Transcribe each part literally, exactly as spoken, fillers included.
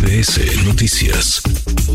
B S Noticias.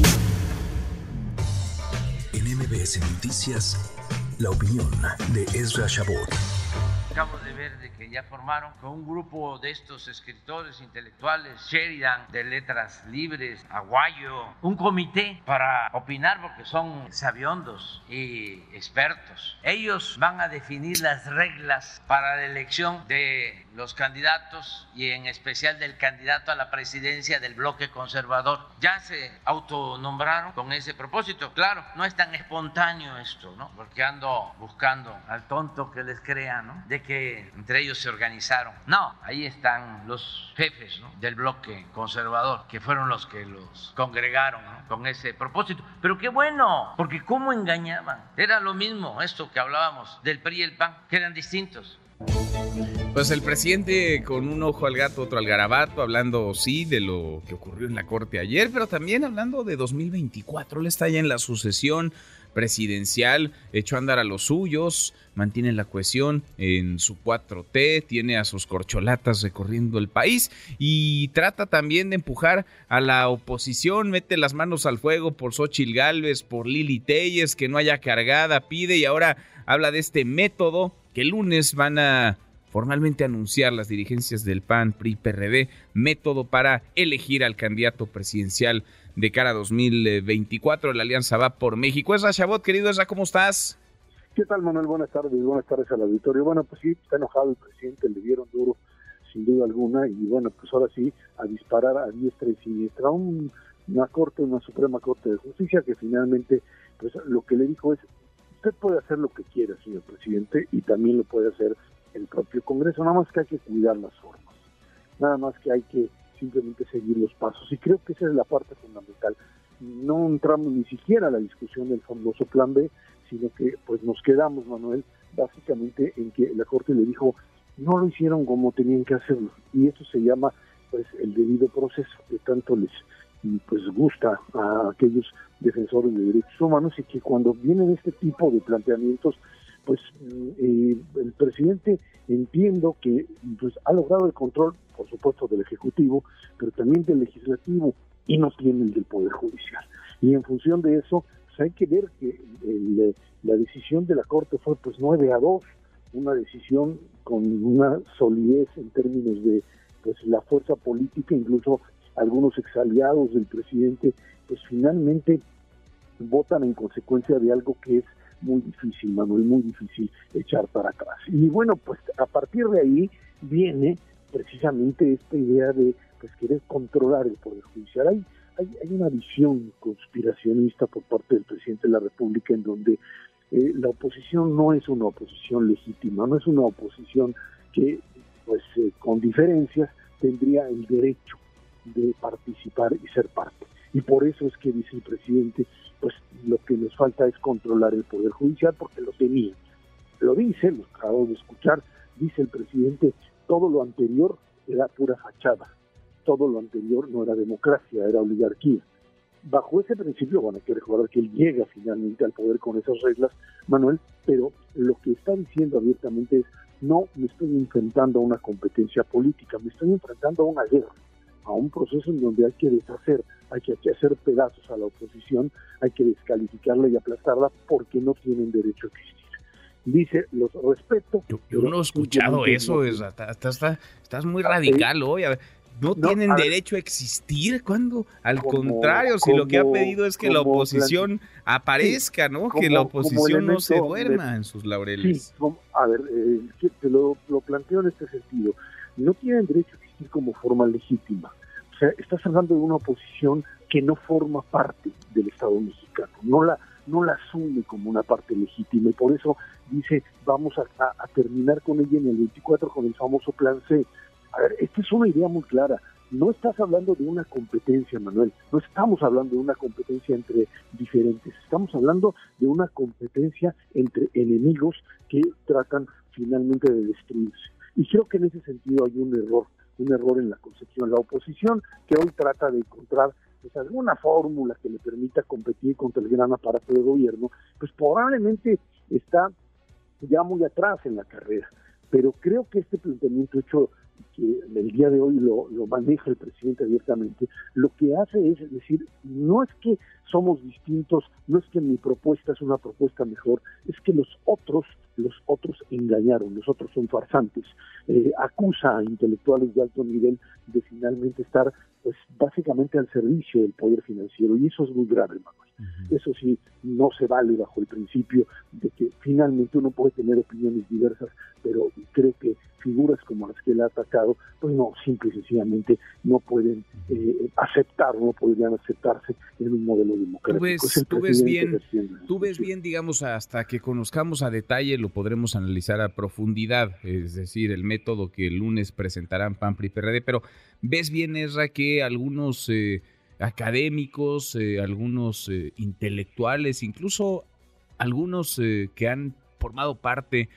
En M B S Noticias, la opinión de Ezra Shabot. Acabo de ver de que ya formaron con un grupo de estos escritores intelectuales, Sheridan, de Letras Libres, Aguayo, un comité para opinar porque son sabiondos y expertos. Ellos van a definir las reglas para la elección de los candidatos y en especial del candidato a la presidencia del bloque conservador. Ya se autonombraron con ese propósito. Claro, no es tan espontáneo esto, ¿no? Porque ando buscando al tonto que les crea, ¿no? De que entre ellos se organizaron. No, ahí están los jefes, ¿no?, del bloque conservador, que fueron los que los congregaron, ¿no?, con ese propósito. Pero qué bueno, porque cómo engañaban. Era lo mismo esto que hablábamos del P R I y el P A N, que eran distintos. Pues el presidente con un ojo al gato, otro al garabato, hablando sí de lo que ocurrió en la corte ayer, pero también hablando de dos mil veinticuatro. Él está ya en la sucesión presidencial, echó a andar a los suyos, mantiene la cohesión en su cuatro T, tiene a sus corcholatas recorriendo el país y trata también de empujar a la oposición, mete las manos al fuego por Xóchitl Gálvez, por Lili Téllez, que no haya cargada, pide, y ahora habla de este método que el lunes van a formalmente anunciar las dirigencias del P A N, P R I, P R D, método para elegir al candidato presidencial de cara a dos mil veinticuatro. La Alianza Va por México. Ezra Shabot, querido Ezra, ¿cómo estás? ¿Qué tal, Manuel? Buenas tardes, buenas tardes al auditorio. Bueno, pues sí, está enojado el presidente, le dieron duro, sin duda alguna, y bueno, pues ahora sí, a disparar a diestra y siniestra. Un, una corte, una Suprema Corte de Justicia que finalmente, pues lo que le dijo es, usted puede hacer lo que quiera, señor presidente, y también lo puede hacer el propio Congreso, nada más que hay que cuidar las formas, nada más que hay que simplemente seguir los pasos, y creo que esa es la parte fundamental. No entramos ni siquiera a la discusión del famoso Plan B, sino que pues nos quedamos, Manuel, básicamente en que la Corte le dijo, no lo hicieron como tenían que hacerlo, y eso se llama pues el debido proceso, que tanto les pues gusta a aquellos defensores de derechos humanos, y que cuando vienen este tipo de planteamientos, pues eh, el presidente, entiendo que pues ha logrado el control, por supuesto, del Ejecutivo, pero también del Legislativo, y no tiene el del Poder Judicial. Y en función de eso, pues hay que ver que el, la decisión de la Corte fue pues nueve a dos, una decisión con una solidez en términos de pues la fuerza política, incluso algunos exaliados del presidente, pues finalmente votan en consecuencia de algo que es muy difícil, Manuel, muy difícil echar para atrás. Y bueno, pues a partir de ahí viene precisamente esta idea de pues querer controlar el Poder Judicial. Hay, hay, hay una visión conspiracionista por parte del presidente de la República en donde eh, la oposición no es una oposición legítima, no es una oposición que pues eh, con diferencias tendría el derecho de participar y ser parte. Y por eso es que dice el presidente, pues lo que nos falta es controlar el Poder Judicial, porque lo tenía. Lo dice, lo acabo de escuchar, dice el presidente, todo lo anterior era pura fachada, todo lo anterior no era democracia, era oligarquía. Bajo ese principio, bueno, hay que recordar que él llega finalmente al poder con esas reglas, Manuel, pero lo que está diciendo abiertamente es, no me estoy enfrentando a una competencia política, me estoy enfrentando a una guerra, a un proceso en donde hay que deshacer, hay que hacer pedazos a la oposición, hay que descalificarla y aplastarla porque no tienen derecho a existir. Dice, los respeto. Yo, yo no he escuchado eso, no, es, está, está, estás muy radical hoy. A ver, ¿no, no tienen ver, derecho a existir? ¿Cuándo? Al como, contrario, si como, lo que ha pedido es que la oposición plan... aparezca, ¿no? Como, que la oposición no se duerma de... en sus laureles. Sí, como, a ver, eh, te lo, lo planteo en este sentido. No tienen derecho a existir como forma legítima. O sea, estás hablando de una oposición que no forma parte del Estado mexicano, no la no la asume como una parte legítima, y por eso dice, vamos a, a, a terminar con ella en el veinticuatro con el famoso Plan C. A ver, esta es una idea muy clara. No estás hablando de una competencia, Manuel, no estamos hablando de una competencia entre diferentes, estamos hablando de una competencia entre enemigos que tratan finalmente de destruirse. Y creo que en ese sentido hay un error, un error en la concepción. La oposición que hoy trata de encontrar pues, alguna fórmula que le permita competir contra el gran aparato de gobierno, pues probablemente está ya muy atrás en la carrera. Pero creo que este planteamiento hecho que el día de hoy lo, lo maneja el presidente abiertamente, lo que hace es decir, no es que somos distintos, no es que mi propuesta es una propuesta mejor, es que los otros, los otros engañaron, los otros son farsantes. Eh, acusa a intelectuales de alto nivel de finalmente estar, pues, básicamente al servicio del poder financiero, y eso es muy grave, Manuel. Uh-huh. Eso sí, no se vale bajo el principio de que finalmente uno puede tener opiniones diversas, pero creo que figuras como las que él ha atacado, pues no, simple y sencillamente no pueden eh, aceptar, no podrían aceptarse en un modelo democrático. Tú ves, tú ves bien, tú ves bien, digamos, hasta que conozcamos a detalle lo podremos analizar a profundidad, es decir, el método que el lunes presentarán P A N, P R I, P R D, pero ves bien, Ezra, que algunos eh, académicos, eh, algunos eh, intelectuales, incluso algunos eh, que han formado parte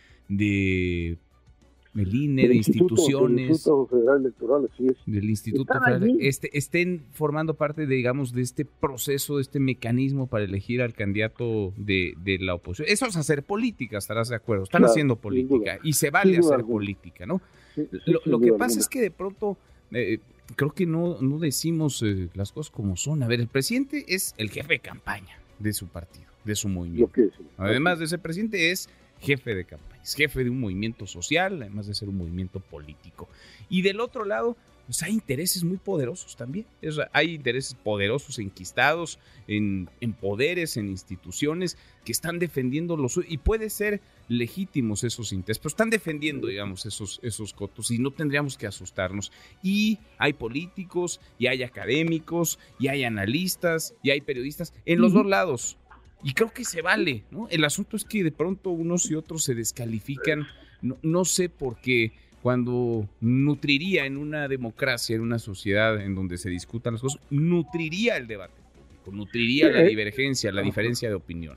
de del I N E, de instituciones, del Instituto Federal Electoral, así es. del Instituto Federal, este, estén formando parte, de, digamos, de este proceso, de este mecanismo para elegir al candidato de, de la oposición. Eso es hacer política, estarás de acuerdo. Están claro, haciendo política y se vale hacer alguna. política, ¿no? Sí, sí, lo lo que pasa alguna. es que de pronto eh, creo que no, no decimos eh, las cosas como son. A ver, el presidente es el jefe de campaña de su partido, de su movimiento. Es, sí. Además de ser presidente, es jefe de campaña, es jefe de un movimiento social, además de ser un movimiento político. Y del otro lado, pues hay intereses muy poderosos también. Es, hay intereses poderosos enquistados en, en poderes, en instituciones que están defendiendo los... Y puede ser legítimos esos intereses, pero están defendiendo, digamos, esos, esos cotos y no tendríamos que asustarnos. Y hay políticos, y hay académicos, y hay analistas, y hay periodistas en los uh-huh. dos lados. Y creo que se vale, ¿no? El asunto es que de pronto unos y otros se descalifican, no, no sé por qué, cuando nutriría en una democracia, en una sociedad en donde se discutan las cosas, nutriría el debate público, nutriría la divergencia, la diferencia de opinión.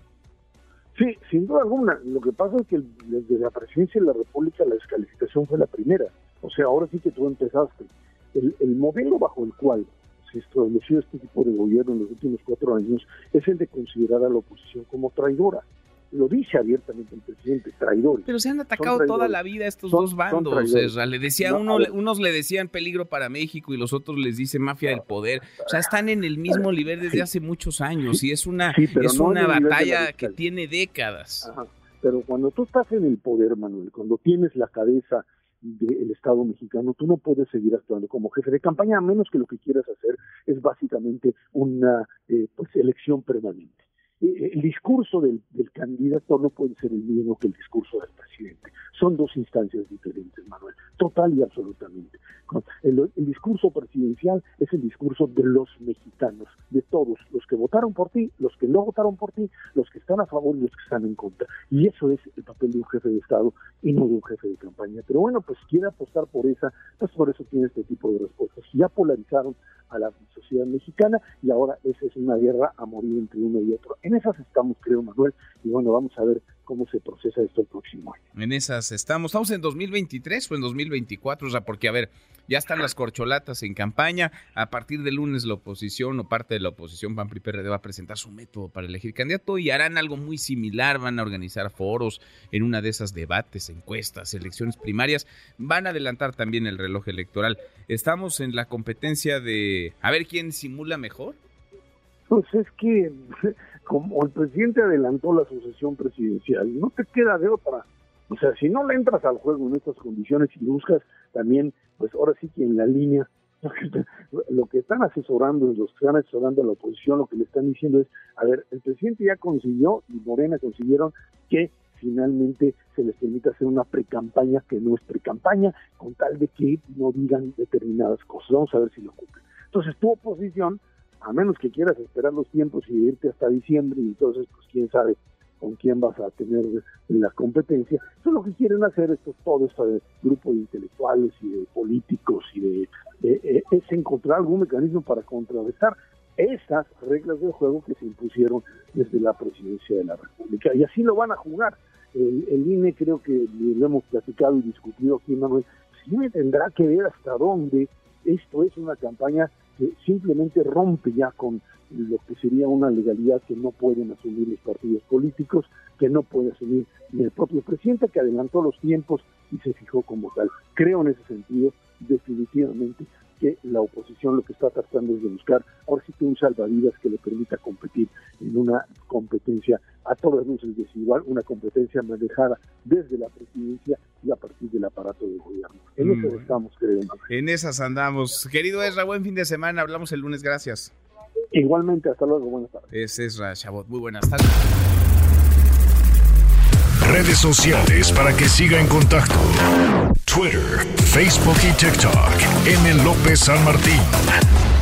Sí, sin duda alguna. Lo que pasa es que desde la presidencia de la República la descalificación fue la primera. O sea, ahora sí que tú empezaste. El, el modelo bajo el cual se estableció este tipo de gobierno en los últimos cuatro años es el de considerar a la oposición como traidora. Lo dice abiertamente el presidente, traidores. Pero se han atacado toda la vida estos son, dos bandos, Ezra. Le decía no, uno, unos le decían peligro para México y los otros les dicen mafia del poder. O sea, están en el mismo nivel desde sí. hace muchos años sí, y es una, sí, es no una batalla que tiene décadas. Ajá. Pero cuando tú estás en el poder, Manuel, cuando tienes la cabeza del Estado mexicano, tú no puedes seguir actuando como jefe de campaña, a menos que lo que quieras hacer es básicamente una eh, pues, elección permanente. Eh, el discurso del, del candidato no puede ser el mismo que el discurso del presidente. Son dos instancias diferentes, Manuel, total y absolutamente. El, el discurso presidencial es el discurso de los mexicanos, de todos, los que votaron por ti, los que no votaron por ti, los que están a favor y los que están en contra. Y eso es el papel de un jefe de Estado y no de un jefe de campaña. Pero bueno, pues quiere apostar por esa, pues por eso tiene este tipo de respuestas. Ya polarizaron a la sociedad mexicana y ahora esa es una guerra a morir entre uno y otro. En esas estamos, creo, Manuel, y bueno, vamos a ver cómo se procesa esto el próximo año. En esas estamos. ¿Estamos en dos mil veintitrés o en dos mil veinticuatro? O sea, porque, a ver, ya están las corcholatas en campaña. A partir del lunes la oposición o parte de la oposición, P A N, P R I, P R D, va a presentar su método para elegir candidato y harán algo muy similar. Van a organizar foros en una de esas debates, encuestas, elecciones primarias. Van a adelantar también el reloj electoral. ¿Estamos en la competencia de a ver quién simula mejor? Pues es que como el presidente adelantó la sucesión presidencial, no te queda de otra. O sea, si no le entras al juego en estas condiciones y buscas también, pues ahora sí que en la línea, lo que están asesorando, los que están asesorando a la oposición, lo que le están diciendo es, a ver, el presidente ya consiguió y Morena consiguieron que finalmente se les permita hacer una precampaña que no es precampaña, con tal de que no digan determinadas cosas. Vamos a ver si lo cumplen. Entonces, tu oposición, a menos que quieras esperar los tiempos y irte hasta diciembre, y entonces, pues quién sabe con quién vas a tener la competencia. Eso es lo que quieren hacer estos, todo este grupo de intelectuales y de políticos, y de, de, de es encontrar algún mecanismo para contrarrestar esas reglas del juego que se impusieron desde la presidencia de la República. Y así lo van a jugar. El, el I N E, creo que lo hemos platicado y discutido aquí, Manuel, el I N E tendrá que ver hasta dónde esto es una campaña que simplemente rompe ya con lo que sería una legalidad que no pueden asumir los partidos políticos, que no puede asumir ni el propio presidente, que adelantó los tiempos y se fijó como tal. Creo en ese sentido, definitivamente que la oposición lo que está tratando es de buscar, ahora sí que un salvavidas que le permita competir en una competencia a todas luces desigual, una competencia manejada desde la presidencia y a partir del aparato de gobierno. En mm. eso estamos, creo. En esas andamos. Querido Ezra, buen fin de semana, hablamos el lunes, gracias. Igualmente, hasta luego, buenas tardes. Es Ezra Chabot, muy buenas tardes. Redes sociales para que siga en contacto: Twitter, Facebook y TikTok. M. López San Martín.